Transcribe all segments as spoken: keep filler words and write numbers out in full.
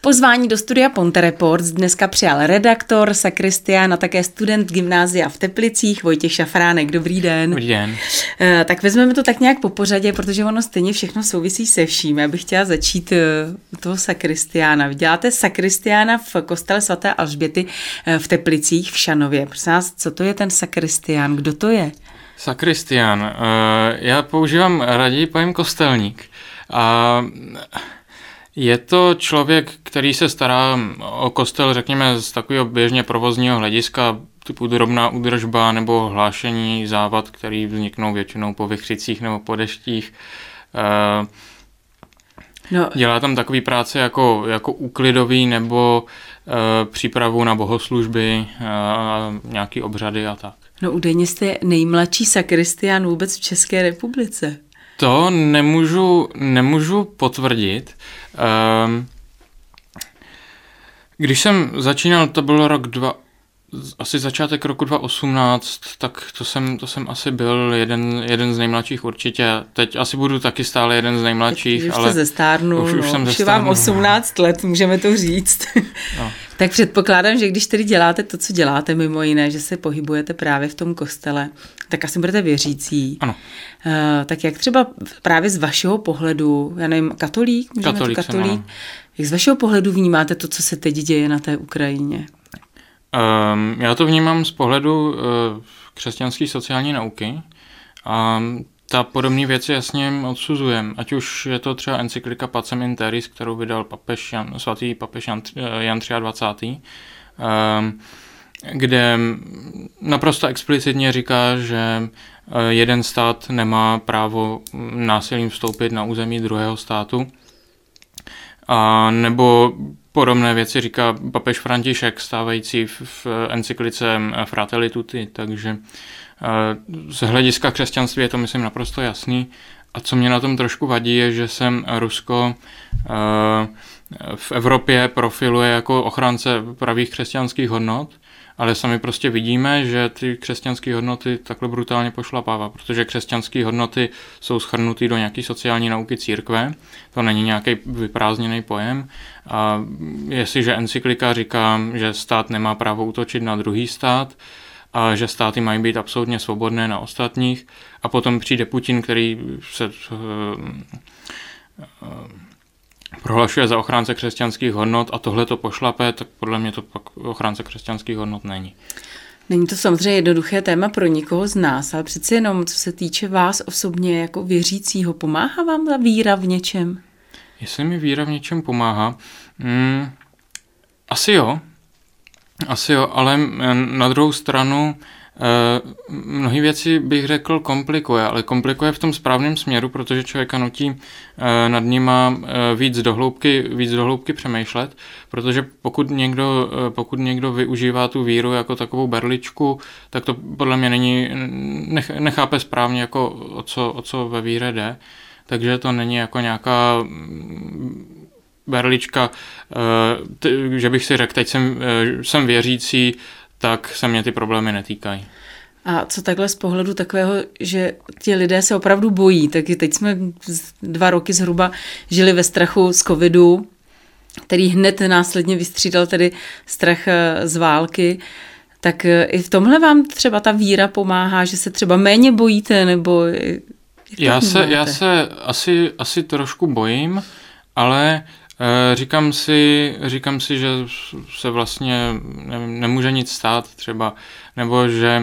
Pozvání do studia Ponte Reports dneska přijal redaktor, sakristián a také student gymnázia v Teplicích Vojtěch Šafránek. Dobrý den. Dobrý den. Tak vezmeme to tak nějak po pořadě, protože ono stejně všechno souvisí se vším. Já bych chtěla začít u toho sakristiána. Vy děláte sakristiána v kostele svaté Alžběty v Teplicích v Šanově. Prosím vás, co to je ten sakristián? Kdo to je? Sakristián. Já používám raději pojem kostelník. A je to člověk, který se stará o kostel, řekněme, z takového běžně provozního hlediska, typu drobná údržba nebo hlášení závad, které vzniknou většinou po vichřicích nebo po deštích. No. Dělá tam takový práce jako, jako úklidový nebo e, přípravu na bohoslužby, e, nějaký obřady a tak. No údajně jste nejmladší sakristián vůbec v České republice. To nemůžu, nemůžu potvrdit. Um, když jsem začínal, to byl rok dva, asi začátek roku dva tisíce osmnáct, tak to jsem, to jsem asi byl jeden, jeden z nejmladších určitě. Teď asi budu taky stále jeden z nejmladších. Teď už ale jste zestárnul, už, už no, jsem už je vám osmnáct let, můžeme to říct. No. Tak předpokládám, že když tedy děláte to, co děláte mimo jiné, že se pohybujete právě v tom kostele, tak asi budete věřící. Ano. Uh, tak jak třeba právě z vašeho pohledu, já nevím, katolík? Katolík, to katolík? Jsem, jak z vašeho pohledu vnímáte to, co se teď děje na té Ukrajině? Um, já to vnímám z pohledu uh, křesťanské sociální nauky a ta podobné věci jasně odsuzujem. Ať už je to třeba encyklika Pacem in Terris, kterou vydal papež Jan, svatý papež Jan, Jan dvacátý třetí Um, kde naprosto explicitně říká, že jeden stát nemá právo násilím vstoupit na území druhého státu. A nebo podobné věci říká papež František, stávající v encyklice Fratelli Tutti, takže z hlediska křesťanství je to, myslím, naprosto jasný. A co mě na tom trošku vadí, je, že se Rusko v Evropě profiluje jako ochránce pravých křesťanských hodnot, ale sami prostě vidíme, že ty křesťanské hodnoty takhle brutálně pošlapává, protože křesťanské hodnoty jsou shrnuty do nějaké sociální nauky církve, to není nějaký vyprázdněný pojem. A jestliže encyklika říká, že stát nemá právo útočit na druhý stát, a že státy mají být absolutně svobodné na ostatních, a potom přijde Putin, který se uh, uh, prohlašuje za ochránce křesťanských hodnot a tohle to pošlape, tak podle mě to pak ochránce křesťanských hodnot není. Není to samozřejmě jednoduché téma pro nikoho z nás, ale přeci jenom, co se týče vás osobně jako věřícího, pomáhá vám ta víra v něčem? Jestli mi víra v něčem pomáhá? Hmm, asi jo. Asi jo, ale na druhou stranu mnohé věci bych řekl komplikuje, ale komplikuje v tom správném směru, protože člověka nutí nad nima víc do hloubky, víc do hloubky přemýšlet, protože pokud někdo, pokud někdo využívá tu víru jako takovou berličku, tak to podle mě není, nech, nechápe správně, jako o co, o co ve víře jde, takže to není jako nějaká berlička, že bych si řekl, teď jsem, jsem věřící, tak se mě ty problémy netýkají. A co takhle z pohledu takového, že ti lidé se opravdu bojí, tak teď jsme dva roky zhruba žili ve strachu z covidu, který hned následně vystřídal tedy strach z války, tak i v tomhle vám třeba ta víra pomáhá, že se třeba méně bojíte, nebo já se, já se asi, asi trošku bojím, ale Říkám si, říkám si, že se vlastně nemůže nic stát třeba, nebo že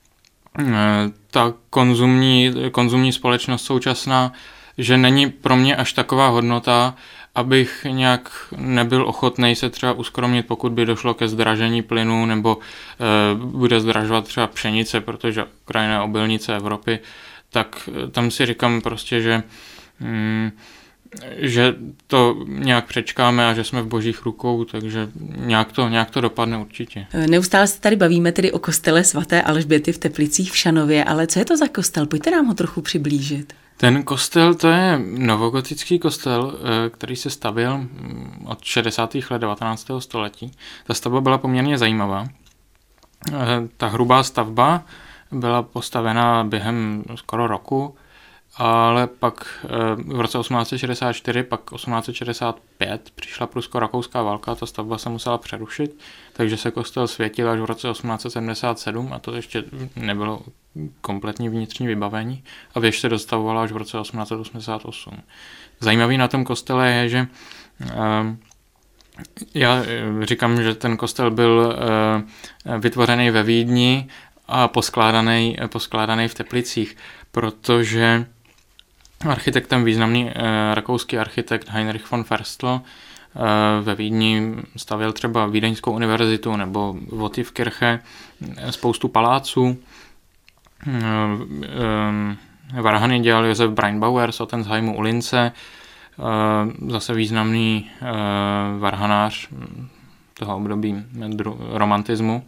ta konzumní, konzumní společnost současná, že není pro mě až taková hodnota, abych nějak nebyl ochotný se třeba uskromnit, pokud by došlo ke zdražení plynu, nebo bude zdražovat třeba pšenice, protože Ukrajina je obilnice Evropy, tak tam si říkám prostě, že hmm, že to nějak přečkáme a že jsme v božích rukou, takže nějak to, nějak to dopadne určitě. Neustále se tady bavíme tedy o kostele svaté Alžběty v Teplicích v Šanově, ale co je to za kostel? Pojďte nám ho trochu přiblížit. Ten kostel, to je novogotický kostel, který se stavěl od šedesátých let devatenáctého století. Ta stavba byla poměrně zajímavá. Ta hrubá stavba byla postavena během skoro roku ale pak v roce osmnáct set šedesát čtyři, pak osmnáct set šedesát pět přišla prusko-rakouská válka a ta stavba se musela přerušit, takže se kostel světil až v roce osmnáct set sedmdesát sedm a to ještě nebylo kompletní vnitřní vybavení a věž se dostavovala až v roce osmnáct set osmdesát osm. Zajímavý na tom kostele je, že já říkám, že ten kostel byl vytvořený ve Vídni a poskládaný, poskládaný v Teplicích, protože architektem významný rakouský architekt Heinrich von Ferstel ve Vídni stavěl třeba Vídeňskou univerzitu nebo Votivkirche, spoustu paláců. Varhany dělal Josef Breinbauer z Ottensheimu u Lince, zase významný varhanář toho období romantismu.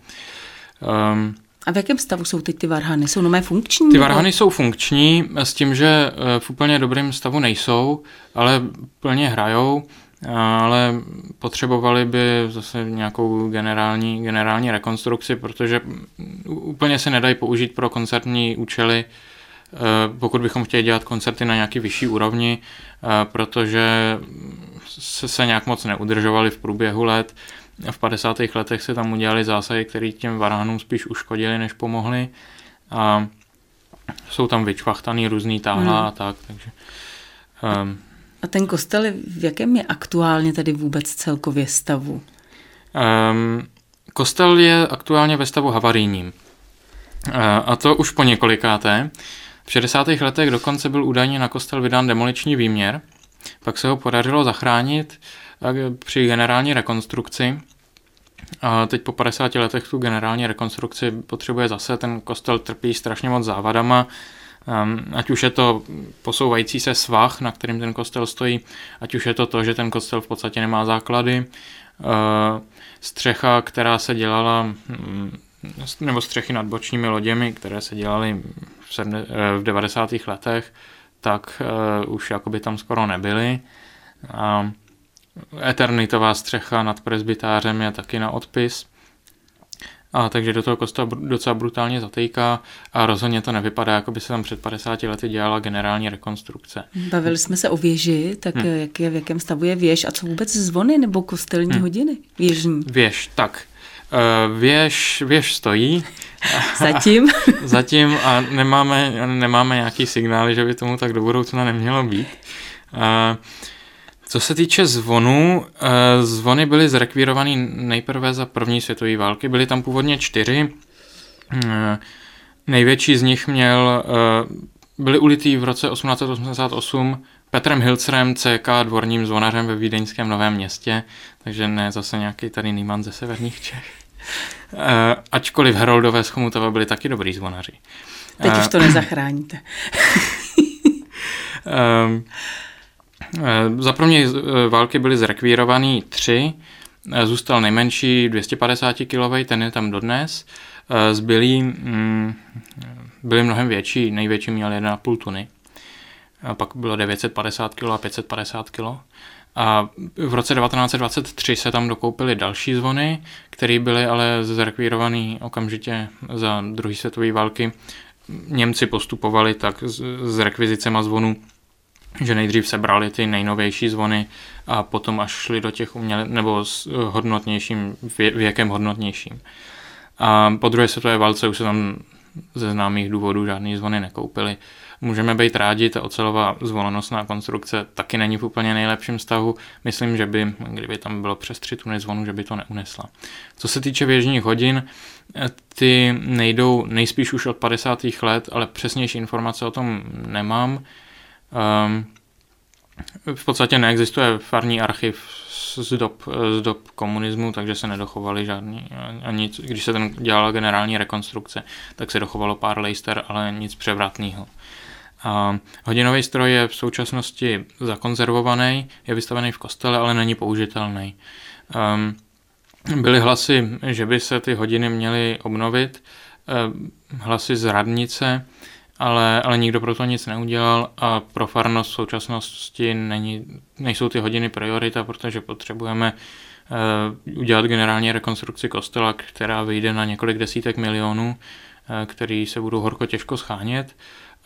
A v jakém stavu jsou teď ty varhany? Jsou nové funkční? Ty varhany jsou funkční s tím, že v úplně dobrém stavu nejsou, ale plně hrajou, ale potřebovali by zase nějakou generální, generální rekonstrukci, protože úplně se nedají použít pro koncertní účely, pokud bychom chtěli dělat koncerty na nějaký vyšší úrovni, protože se, se nějak moc neudržovaly v průběhu let. V padesátých letech se tam udělali zásahy, které těm varhanům spíš uškodili, než pomohli. A jsou tam vyčvachtaný různý táhla hmm. a tak. Takže, um, a ten kostel, v jakém je aktuálně tady vůbec celkově stavu? Um, kostel je aktuálně ve stavu havarijním. Uh, a to už po několikáté. V šedesátých letech dokonce byl údajně na kostel vydán demoliční výměr. Pak se ho podařilo zachránit při generální rekonstrukci. A teď po padesáti letech tu generální rekonstrukci potřebuje zase. Ten kostel trpí strašně moc závadama. Ať už je to posouvající se svah, na kterým ten kostel stojí, ať už je to to, že ten kostel v podstatě nemá základy. Střecha, která se dělala, nebo střechy nad bočními loděmi, které se dělaly v devadesátých letech, tak už jakoby tam skoro nebyly. A eternitová střecha nad presbytářem je taky na odpis. A takže do toho kostela docela brutálně zatejká a rozhodně to nevypadá, jako by se tam před padesáti lety dělala generální rekonstrukce. Bavili jsme se o věži, tak hmm. jak je, v jakém stavu je věž a co vůbec zvony nebo kostelní hmm. hodiny věžní? Věž, tak. Věž, věž stojí. Zatím? Zatím a nemáme, nemáme nějaký signály, že by tomu tak do budoucna nemělo být. Co se týče zvonů, zvony byly zrekvírovaný nejprve za první světové války. Byly tam původně čtyři. Největší z nich měl, byly ulitý v roce osmnáct set osmdesát osm Petrem Hilcerem, C K, dvorním zvonařem ve vídeňském Novém Městě, takže ne zase nějaký tady Nýman ze severních Čech. Ačkoliv Heroldové z Chomutova byli taky dobrý zvonaři. Teď už to nezachráníte. Za první války byly zrekvírovaný tři, zůstal nejmenší dvě stě padesát kilový, ten je tam dodnes. Zbylí mm, byly mnohem větší, největší měl jedna celá pět tuny. A pak bylo devět set padesát kilo a pět set padesát kilo. A v roce devatenáct set dvacet tři se tam dokoupily další zvony, které byly ale zrekvírované okamžitě za druhé světové války. Němci postupovali tak s, s rekvizicema zvonů, že nejdřív sebrali ty nejnovější zvony a potom až šli do těch uměle, nebo s hodnotnějším, věkem hodnotnějším. A po druhé světové válce už se tam ze známých důvodů žádný zvony nekoupily. Můžeme být rádi, ta ocelová zvononosná konstrukce taky není v úplně nejlepším stavu. Myslím, že by, kdyby tam bylo přes tři tuny zvonu, že by to neunesla. Co se týče věžních hodin, ty nejdou nejspíš už od padesátých let, ale přesnější informace o tom nemám. Um, v podstatě neexistuje farní archiv z dob, z dob komunismu, takže se nedochovaly žádný, ani když se ten dělala generální rekonstrukce, tak se dochovalo pár lejster, ale nic převratného. A hodinový stroj je v současnosti zakonzervovaný, je vystavený v kostele, ale není použitelný. Um, byly hlasy, že by se ty hodiny měly obnovit, um, hlasy z radnice, ale, ale nikdo pro to nic neudělal a pro farnost v současnosti není, nejsou ty hodiny priorita, protože potřebujeme uh, udělat generální rekonstrukci kostela, která vyjde na několik desítek milionů, uh, který se budou horko těžko schánět.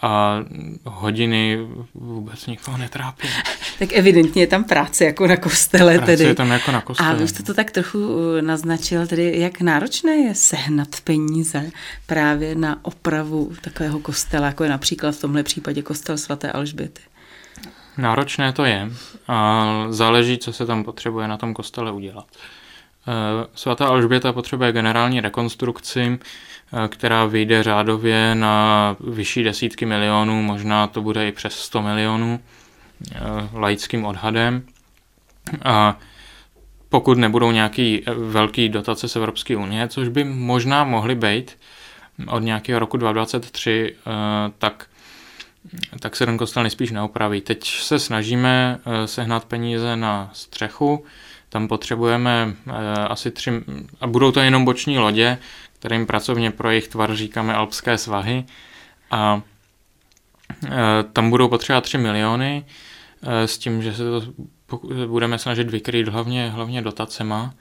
a hodiny vůbec nikoho netrápí. Tak evidentně je tam práce jako na kostele. Práce tedy. je tam jako na kostele. A vy jste to tak trochu naznačil, tedy jak náročné je sehnat peníze právě na opravu takového kostela, jako je například v tomhle případě kostel svaté Alžběty. Náročné to je a záleží, co se tam potřebuje na tom kostele udělat. Svatá Alžběta potřebuje generální rekonstrukci, která vyjde řádově na vyšší desítky milionů, možná to bude i přes sto milionů laickým odhadem. A pokud nebudou nějaký velký dotace z Evropské unie, což by možná mohly být od nějakého roku dva tisíce dvacet tři, tak, tak se ten kostel nejspíš neopraví. Teď se snažíme sehnat peníze na střechu, tam potřebujeme asi tři, a budou to jenom boční lodě, kterým pracovně pro jejich tvar říkáme alpské svahy. A tam budou potřebovat tři miliony s tím, že se to budeme snažit vykrýt hlavně, hlavně dotacema.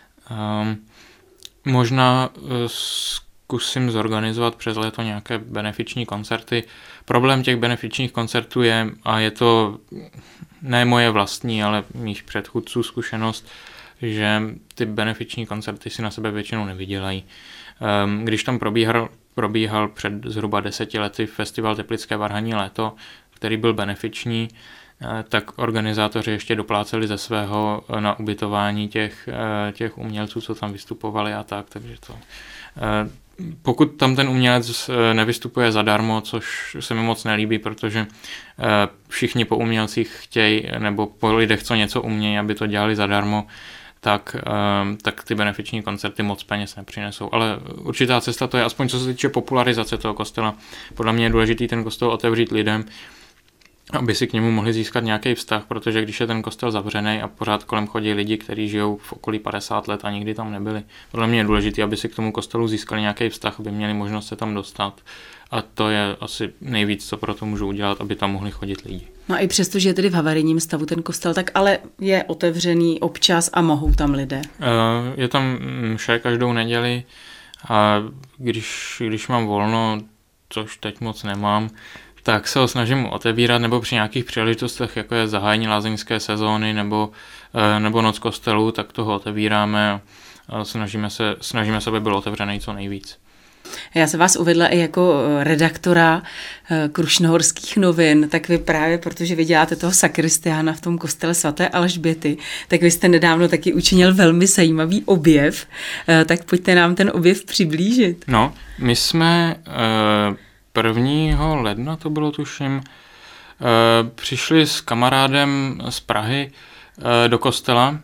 Možná zkusím zorganizovat přes léto nějaké benefiční koncerty. Problém těch benefičních koncertů je, a je to ne moje vlastní, ale mých předchůdců zkušenost, že ty benefiční koncerty si na sebe většinou nevydělají. Když tam probíhal, probíhal před zhruba deseti lety festival Teplické varhaní léto, který byl benefiční, tak organizátoři ještě dopláceli ze svého na ubytování těch, těch umělců, co tam vystupovali a tak, takže to... Pokud tam ten umělec nevystupuje zadarmo, což se mi moc nelíbí, protože všichni po umělcích chtějí, nebo po lidech, co něco umějí, aby to dělali zadarmo, tak, tak ty benefiční koncerty moc peněz nepřinesou. Ale určitá cesta to je, aspoň co se týče popularizace toho kostela. Podle mě je důležitý ten kostel otevřít lidem, aby si k němu mohli získat nějaký vztah, protože když je ten kostel zavřený a pořád kolem chodí lidi, kteří žijou v okolí padesát let a nikdy tam nebyli. Podle mě je důležité, aby si k tomu kostelu získali nějaký vztah, aby měli možnost se tam dostat. A to je asi nejvíc, co pro to můžu udělat, aby tam mohli chodit lidi. No a i přesto, že je tedy v havarijním stavu ten kostel, tak ale je otevřený občas a mohou tam lidé. Je tam mše každou neděli a když, když mám volno, což teď moc nemám, tak se ho snažím otevírat, nebo při nějakých příležitostech, jako je zahájení lázeňské sezóny nebo, nebo noc kostelů, tak toho otevíráme a snažíme se, snažíme se, aby bylo otevřený co nejvíc. Já se vás uvedla i jako redaktora Krušnohorských novin, tak vy právě, protože vy děláte toho sakristiána v tom kostele svaté Alžběty, tak vy jste nedávno taky učinil velmi zajímavý objev, tak pojďte nám ten objev přiblížit. No, my jsme prvního ledna, to bylo tuším, přišli s kamarádem z Prahy do kostela,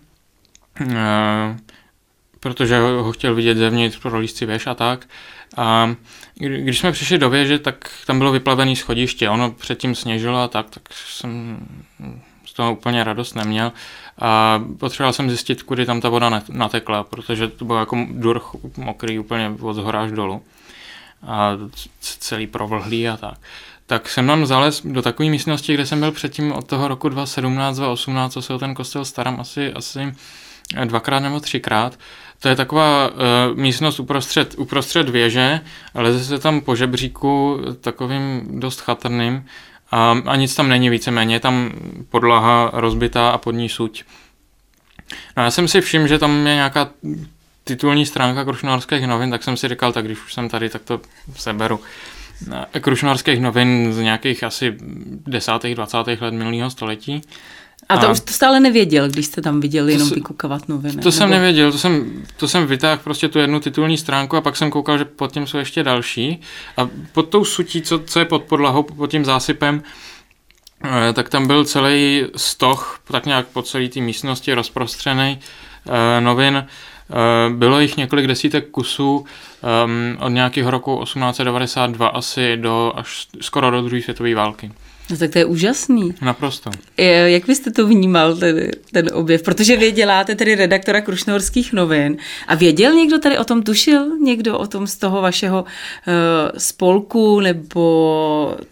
protože ho chtěl vidět zevnitř pro lístci věž a tak. A když jsme přišli do věže, tak tam bylo vyplavené schodiště. Ono předtím sněžilo a tak, tak jsem z toho úplně radost neměl. A potřeboval jsem zjistit, kudy tam ta voda natekla, protože to bylo jako durch mokrý úplně od zhora až dolů. A celý provlhlý a tak. Tak jsem tam zalez do takové místnosti, kde jsem byl předtím od toho roku dva tisíce sedmnáct dva tisíce osmnáct, co se o ten kostel starám asi, asi dvakrát nebo třikrát. To je taková uh, místnost uprostřed, uprostřed věže, leze se tam po žebříku takovým dost chatrným a, a nic tam není víceméně, je tam podlaha rozbitá a pod ní suť. No já jsem si všiml, že tam je nějaká titulní stránka Krušnohorských novin, tak jsem si říkal, tak když už jsem tady, tak to seberu. Krušnohorských novin z nějakých asi desátých, dvacátých let minulého století. A to a už to stále nevěděl, když jste tam viděl jenom vykukovat noviny. To nebo... jsem nevěděl, to jsem, to jsem vytáhl prostě tu jednu titulní stránku a pak jsem koukal, že pod tím jsou ještě další. A pod tou sutí, co, co je pod podlahou, pod tím zásypem, eh, tak tam byl celý stoh, tak nějak po celé té místnosti rozprostřený eh, novin. Eh, bylo jich několik desítek kusů eh, od nějakého roku osmnáct set devadesát dva asi do až skoro do druhé světové války. No tak to je úžasný. Naprosto. Jak byste to vnímal, ten, ten objev? Protože vy děláte tedy redaktora Krušnohorských novin a věděl někdo tady o tom, tušil někdo o tom z toho vašeho uh, spolku nebo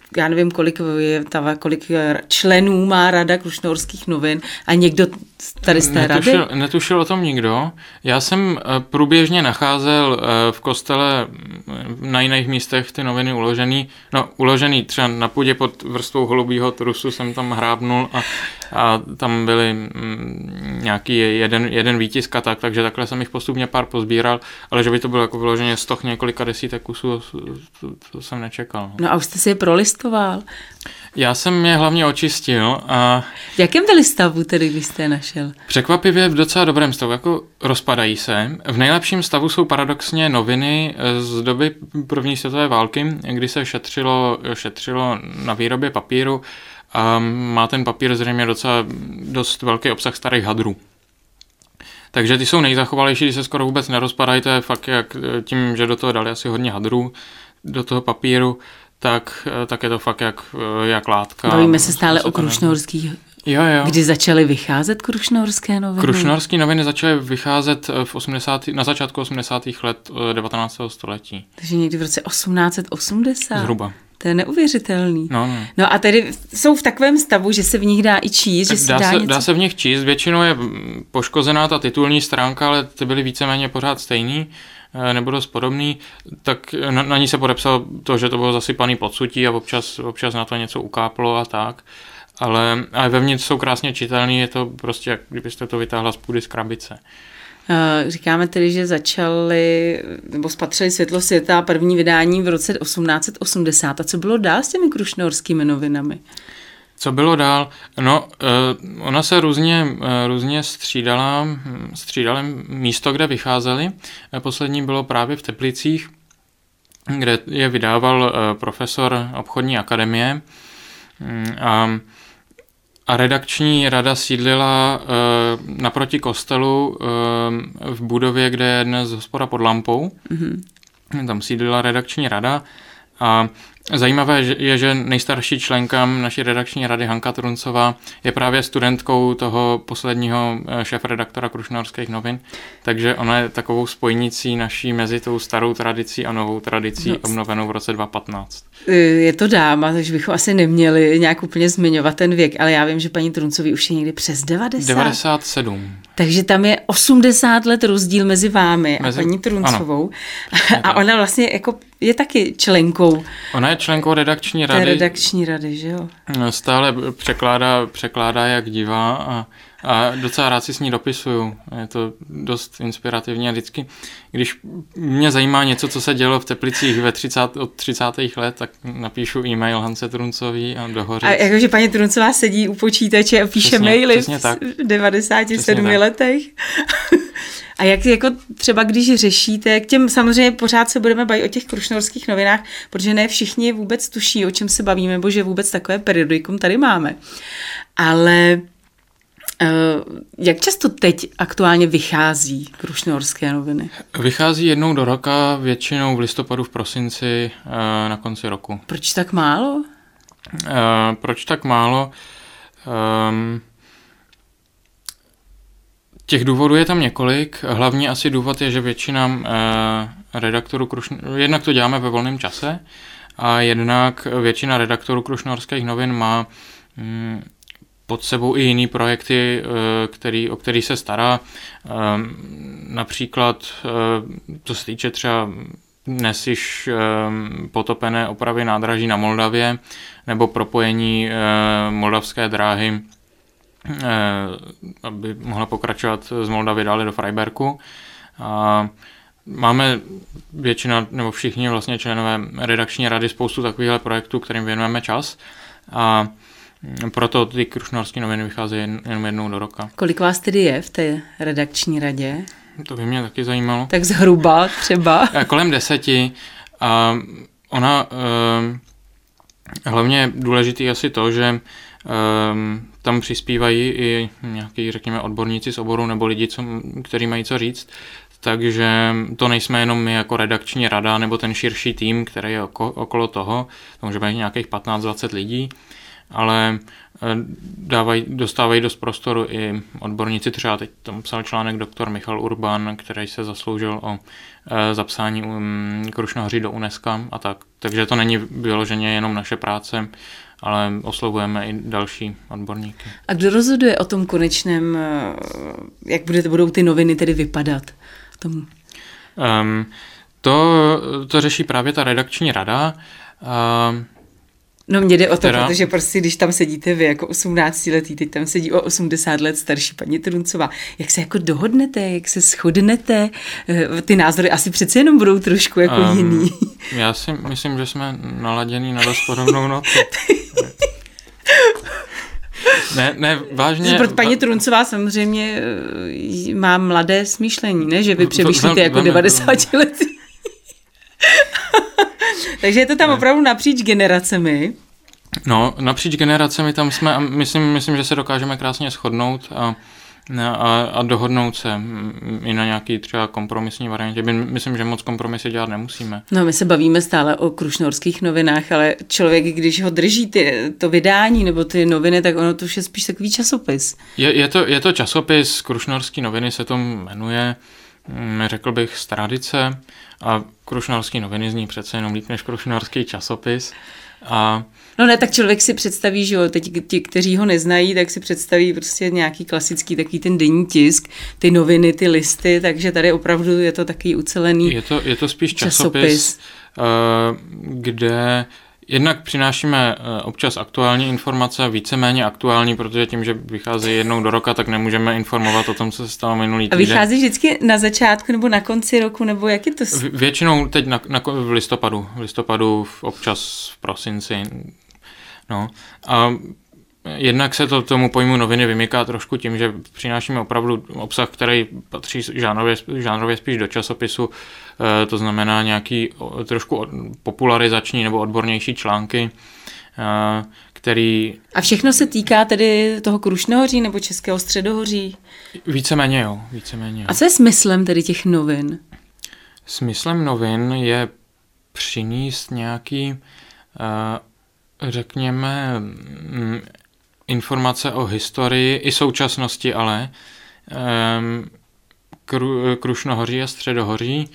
já nevím, kolik, je, ta, kolik členů má Rada Krušnohorských novin a někdo tady z té netušil, rady? Netušil o tom nikdo. Já jsem průběžně nacházel v kostele na jiných místech ty noviny uložený, no uložený třeba na půdě pod vrstvou holubího trusu jsem tam hrábnul a, a tam byly mm, nějaký jeden, jeden výtisk a tak, takže takhle jsem jich postupně pár pozbíral, ale že by to bylo jako vyloženě stoch několika desítek kusů, to, to jsem nečekal. No a už jste si je prolistoval? Já jsem je hlavně očistil. A v jakém byli stavu tedy, když jste je našel? Překvapivě v docela dobrém stavu, jako rozpadají se. V nejlepším stavu jsou paradoxně noviny z doby první světové války, kdy se šetřilo, šetřilo na výrobě papíru a má ten papír zřejmě docela dost velký obsah starých hadrů. Takže ty jsou nejzachovalejší, ty se skoro vůbec nerozpadají, to je fakt jak tím, že do toho dali asi hodně hadrů, do toho papíru, tak, tak je to fakt jak, jak látka. Bavíme se stále o krušnohorských. Jo, jo. Kdy začaly vycházet krušnohorské noviny? Krušnohorské noviny začaly vycházet v osmdesátých na začátku osmdesátých let devatenáctého století. Takže někdy v roce osmnáct set osmdesát. Zhruba. To je neuvěřitelný. No, no. no a tedy jsou v takovém stavu, že se v nich dá i číst, že se dá, dá, se, něco... dá se v nich číst, většinou je poškozená ta titulní stránka, ale ty byly víceméně pořád stejný, nebo dost podobný, tak na, na ní se podepsalo to, že to bylo zasypaný podsutí a občas, občas na to něco ukáplo a tak. Ale, ale vevnitř jsou krásně čitelný, je to prostě, jak kdybyste to vytáhla z půdy z krabice. Říkáme tedy, že začaly, nebo spatřili světlo světa první vydání v roce osmnáct set osmdesát. A co bylo dál s těmi krušnohorskými novinami? Co bylo dál? No, ona se různě, různě střídala, střídala místo, kde vycházely. Poslední bylo právě v Teplicích, kde je vydával profesor obchodní akademie. A A redakční rada sídlila uh, naproti kostelu uh, v budově, kde je dnes hospoda pod lampou. Mm-hmm. Tam sídlila redakční rada. A zajímavé je, že nejstarší členka naší redakční rady Hanka Truncová je právě studentkou toho posledního šéfredaktora Krušnohorských novin, takže ona je takovou spojnicí naší mezi tou starou tradicí a novou tradicí, no, obnovenou v roce dva tisíce patnáct. Je to dáma, takže bychom asi neměli nějak úplně zmiňovat ten věk, ale já vím, že paní Truncový už je někdy přes devadesát. devadesát sedm. Takže tam je osmdesát let rozdíl mezi vámi mezi... a paní Truncovou. Ano. A ona vlastně jako je taky členkou. Ona je členkou redakční rady. redakční rady, že jo? Stále překládá, překládá jak divá a, a docela rád si s ní dopisuju. Je to dost inspirativní a vždycky, když mě zajímá něco, co se dělo v Teplicích ve třicátých od třicátých let, tak napíšu e-mail Hance Truncový a dohořic. A jakože paní Truncová sedí u počítače a píše přesně, maily přesně v devadesáti sedmi letech. A jak jako třeba když řešíte, k těm samozřejmě pořád se budeme bavit o těch krušnohorských novinách, protože ne všichni vůbec tuší, o čem se bavíme, nebo že vůbec takové periodikum tady máme. Ale jak často teď aktuálně vychází krušnohorské noviny? Vychází jednou do roka, většinou v listopadu, v prosinci, na konci roku. Proč tak málo? Proč tak málo? Um, Těch důvodů je tam několik. Hlavní asi důvod je, že většina eh, redaktorů Krušn- jednak to děláme ve volném čase a jednak většina redaktorů krušnohorských novin má hm, pod sebou i jiný projekty, eh, který, o který se stará. Eh, například, eh, co se týče třeba dnes již eh, potopené opravy nádraží na Moldavě nebo propojení eh, moldavské dráhy, aby mohla pokračovat z Moldavy dále do Freibergu. A máme většina, nebo všichni vlastně členové redakční rady spoustu takovýchhle projektů, kterým věnujeme čas. A proto ty krušnohorské noviny vycházejí jen, jenom jednou do roka. Kolik vás tedy je v té redakční radě? To by mě taky zajímalo. Tak zhruba třeba. Kolem deseti. A ona eh, hlavně důležitý asi to, že Um, tam přispívají i nějaký, řekněme, odborníci z oboru nebo lidi, co, kteří mají co říct. Takže to nejsme jenom my jako redakční rada nebo ten širší tým, který je oko, okolo toho. To může být nějakých patnáct dvacet lidí. ale dávají, dostávají dost prostoru i odborníci. Třeba teď tam psal článek doktor Michal Urban, který se zasloužil o e, zapsání um, Krušnohoří do UNESCO a tak. Takže to není vyloženě jenom naše práce, ale oslovujeme i další odborníky. A kdo rozhoduje o tom konečném, jak bude, budou ty noviny tedy vypadat? Tom? Um, to, to řeší právě ta redakční rada. Um, No mě jde o to, Teda... protože prostě, když tam sedíte vy jako osmnáctiletý, teď tam sedí o osmdesát let starší paní Truncová, jak se jako dohodnete, jak se shodnete, ty názory asi přece jenom budou trošku jako um, jiný. Já si myslím, že jsme naladěný na dost podobnou notu. Ne, ne, vážně... Proto paní Truncová samozřejmě má mladé smýšlení, ne? Že vy přemýšlíte jako devadesátiletý. Takže je to tam opravdu napříč generacemi. No, napříč generacemi tam jsme a myslím, myslím že se dokážeme krásně shodnout a, a, a dohodnout se i na nějaký třeba kompromisní variantě. Myslím, že moc kompromisy dělat nemusíme. No, my se bavíme stále o krušnohorských novinách, ale člověk, když ho drží ty, to vydání nebo ty noviny, tak ono to už je spíš takový časopis. Je, je, to, je to časopis, Krušnohorský noviny se to jmenuje, řekl bych, z tradice a Krušnohorský noviny zní přece jenom líp než Krušnohorský časopis. A no ne, tak člověk si představí, že jo, teď ti, kteří ho neznají, tak si představí prostě nějaký klasický takový ten denní tisk, ty noviny, ty listy, takže tady opravdu je to takový ucelený Je to, je to spíš časopis, časopis. kde jednak přinášíme občas aktuální informace, víceméně aktuální, protože tím, že vycházejí jednou do roka, tak nemůžeme informovat o tom, co se stalo minulý týden. A vychází vždycky na začátku nebo na konci roku, nebo jak je to? Většinou teď na, na, v listopadu, v listopadu, občas v prosinci. No. A jednak se to tomu pojmu noviny vymyká trošku tím, že přinášíme opravdu obsah, který patří žánrově, žánrově spíš do časopisu, to znamená nějaký trošku popularizační nebo odbornější články, který... A všechno se týká tedy toho Krušnohoří nebo Českého středohoří? Víceméně jo, víceméně jo. A co je smyslem tedy těch novin? Smyslem novin je přinést nějaký, řekněme, informace o historii i současnosti, ale kru, Krušnohoří a Středohoří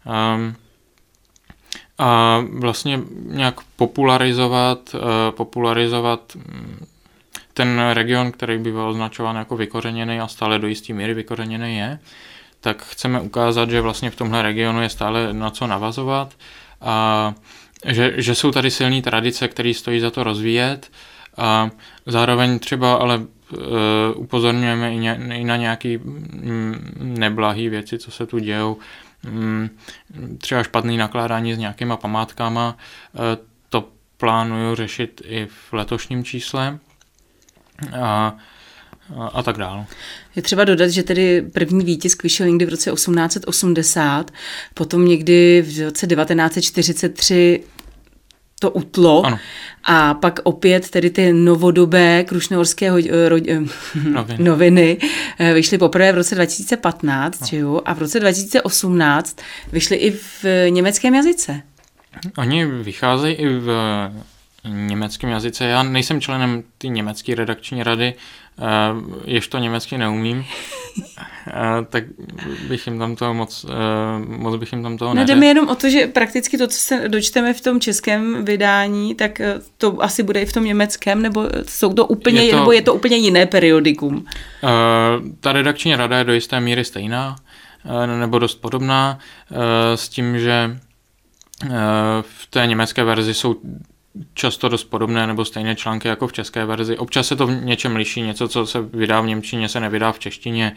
a vlastně nějak popularizovat, popularizovat ten region, který býval označován jako vykořeněný a stále do jistý míry vykořeněný je, tak chceme ukázat, že vlastně v tomhle regionu je stále na co navazovat a že, že jsou tady silné tradice, které stojí za to rozvíjet. A zároveň třeba ale uh, upozorňujeme i, ně, i na nějaké mm, neblahé věci, co se tu dějou. Mm, třeba špatné nakládání s nějakýma památkama. Uh, to plánuju řešit i v letošním čísle. A, a, a tak dále. Je třeba dodat, že tedy první výtisk vyšel někdy v roce osmnáct set osmdesát, potom někdy v roce devatenáct set čtyřicet tři to utlo. Ano. A pak opět tedy ty novodobé krušnohorské ho, ro, Novin. noviny vyšly poprvé v roce dva tisíce patnáct, no. Že jo? A v roce dva tisíce osmnáct vyšly i v německém jazyce. Oni vycházejí i v německém jazyce. Já nejsem členem té německé redakční rady, jež to německy neumím, tak bych jim tam toho moc, moc bych jim tam toho neřekl. Nejde mi jenom o to, že prakticky to, co se dočteme v tom českém vydání, tak to asi bude i v tom německém, nebo jsou to úplně, je to, nebo je to úplně jiné periodikum? Ta redakční rada je do jisté míry stejná, nebo dost podobná, s tím, že v té německé verzi jsou často dost podobné nebo stejné články jako v české verzi. Občas se to v něčem liší, něco, co se vydá v němčině, se nevydá v češtině,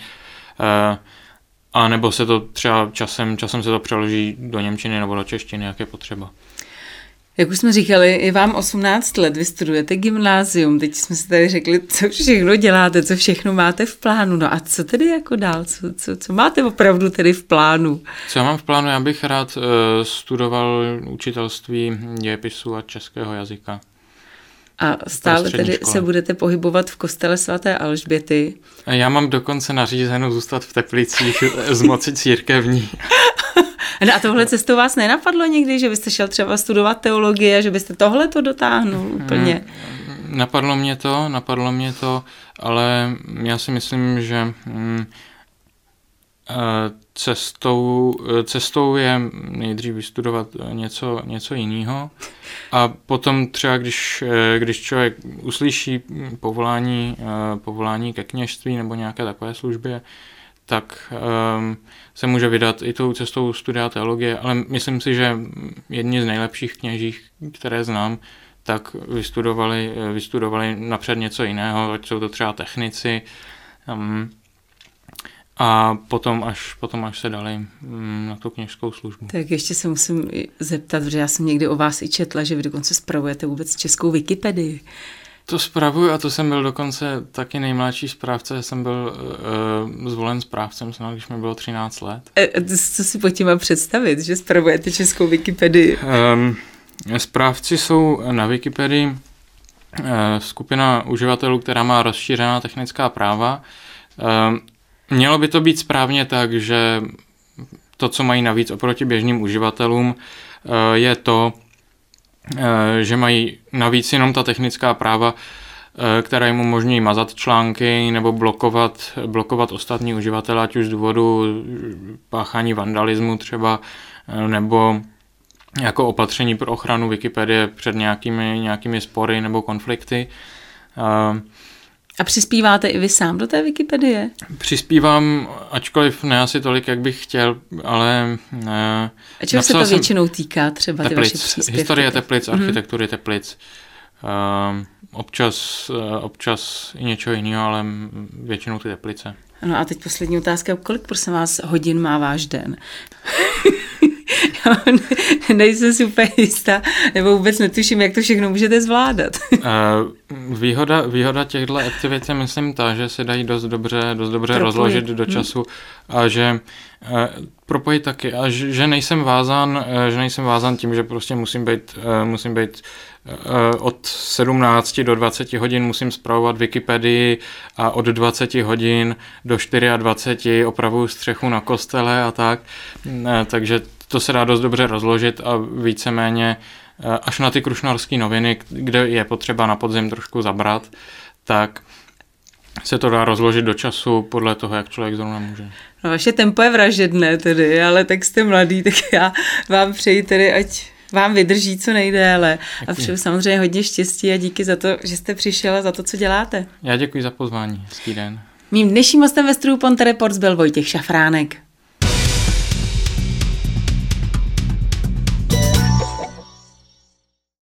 a nebo se to třeba časem, časem se to přeloží do němčiny nebo do češtiny, jak je potřeba. Jak už jsme říkali, je vám osmnáct let, vy studujete gymnázium, teď jsme si tady řekli, co všechno děláte, co všechno máte v plánu, no a co tedy jako dál, co, co, co máte opravdu tedy v plánu? Co já mám v plánu, já bych rád uh, studoval učitelství dějepisu a českého jazyka. A stále tedy škole. Se budete pohybovat v kostele svaté Alžběty. Já mám dokonce nařízeno zůstat v Teplicích z moci církevní. No a tohle cestou vás nenapadlo někdy, že byste šel třeba studovat teologii a že byste tohle to dotáhnul úplně? napadlo mě to, napadlo mě to, ale já si myslím, že mm, cestou, cestou je nejdřív vystudovat něco, něco jiného a potom třeba, když, když člověk uslyší povolání, povolání ke kněžství nebo nějaké takové službě, tak um, se může vydat i tou cestou studia teologie, ale myslím si, že jedni z nejlepších kněží, které znám, tak vystudovali, vystudovali napřed něco jiného, ať jsou to třeba technici, um, a potom až, potom až se dali um, na tu kněžskou službu. Tak ještě se musím zeptat, protože já jsem někdy o vás i četla, že vy dokonce spravujete vůbec českou Wikipedii. To spravuju a to jsem byl dokonce taky nejmladší správce, jsem byl uh, zvolen správcem, snad když mi bylo třináct let. E, co si pod tím mám představit, že spravujete českou Wikipedii? Um, správci jsou na Wikipedii uh, skupina uživatelů, která má rozšířená technická práva. Uh, mělo by to být správně tak, že to, co mají navíc oproti běžným uživatelům, uh, je to, že mají navíc jenom ta technická práva, která jim umožňují mazat články nebo blokovat, blokovat ostatní uživatele, ať už z důvodu páchání vandalismu třeba, nebo jako opatření pro ochranu Wikipedie před nějakými, nějakými spory nebo konflikty. A přispíváte i vy sám do té Wikipedie? Přispívám, ačkoliv ne asi tolik, jak bych chtěl, ale... Ne, a čeho se to většinou týká třeba teplic, ty vaše příspěvky? Historie teplic, architektury mm-hmm. teplic. Uh, občas, uh, občas i něčeho jiného, ale většinou ty teplice. Ano a teď poslední otázka. Kolik prosím vás hodin má váš den? Nejsem si úplně jistá, nebo vůbec netuším, jak to všechno můžete zvládat. Výhoda, výhoda těchto aktivit je, myslím, ta, že se dají dost dobře, dost dobře rozložit do času hmm. a že propojit taky a že, že nejsem vázán, že nejsem vázán tím, že prostě musím být, musím být od sedmnácti do dvaceti hodin musím spravovat Wikipedii a od dvaceti hodin do dvaceti čtyři opravuju střechu na kostele a tak. Takže to se dá dost dobře rozložit a víceméně až na ty krušnorské noviny, kde je potřeba na podzim trošku zabrat, tak se to dá rozložit do času podle toho, jak člověk zrovna může. No vaše tempo je vražedné tedy, ale tak jste mladý, tak já vám přeji tedy, ať vám vydrží co nejdéle. Děkuji. A přeju samozřejmě hodně štěstí a díky za to, že jste přišel a za to, co děláte. Já děkuji za pozvání. Hezký den. Mým dnešním hostem ve studiu Ponte Reports byl Vojtěch Šafránek.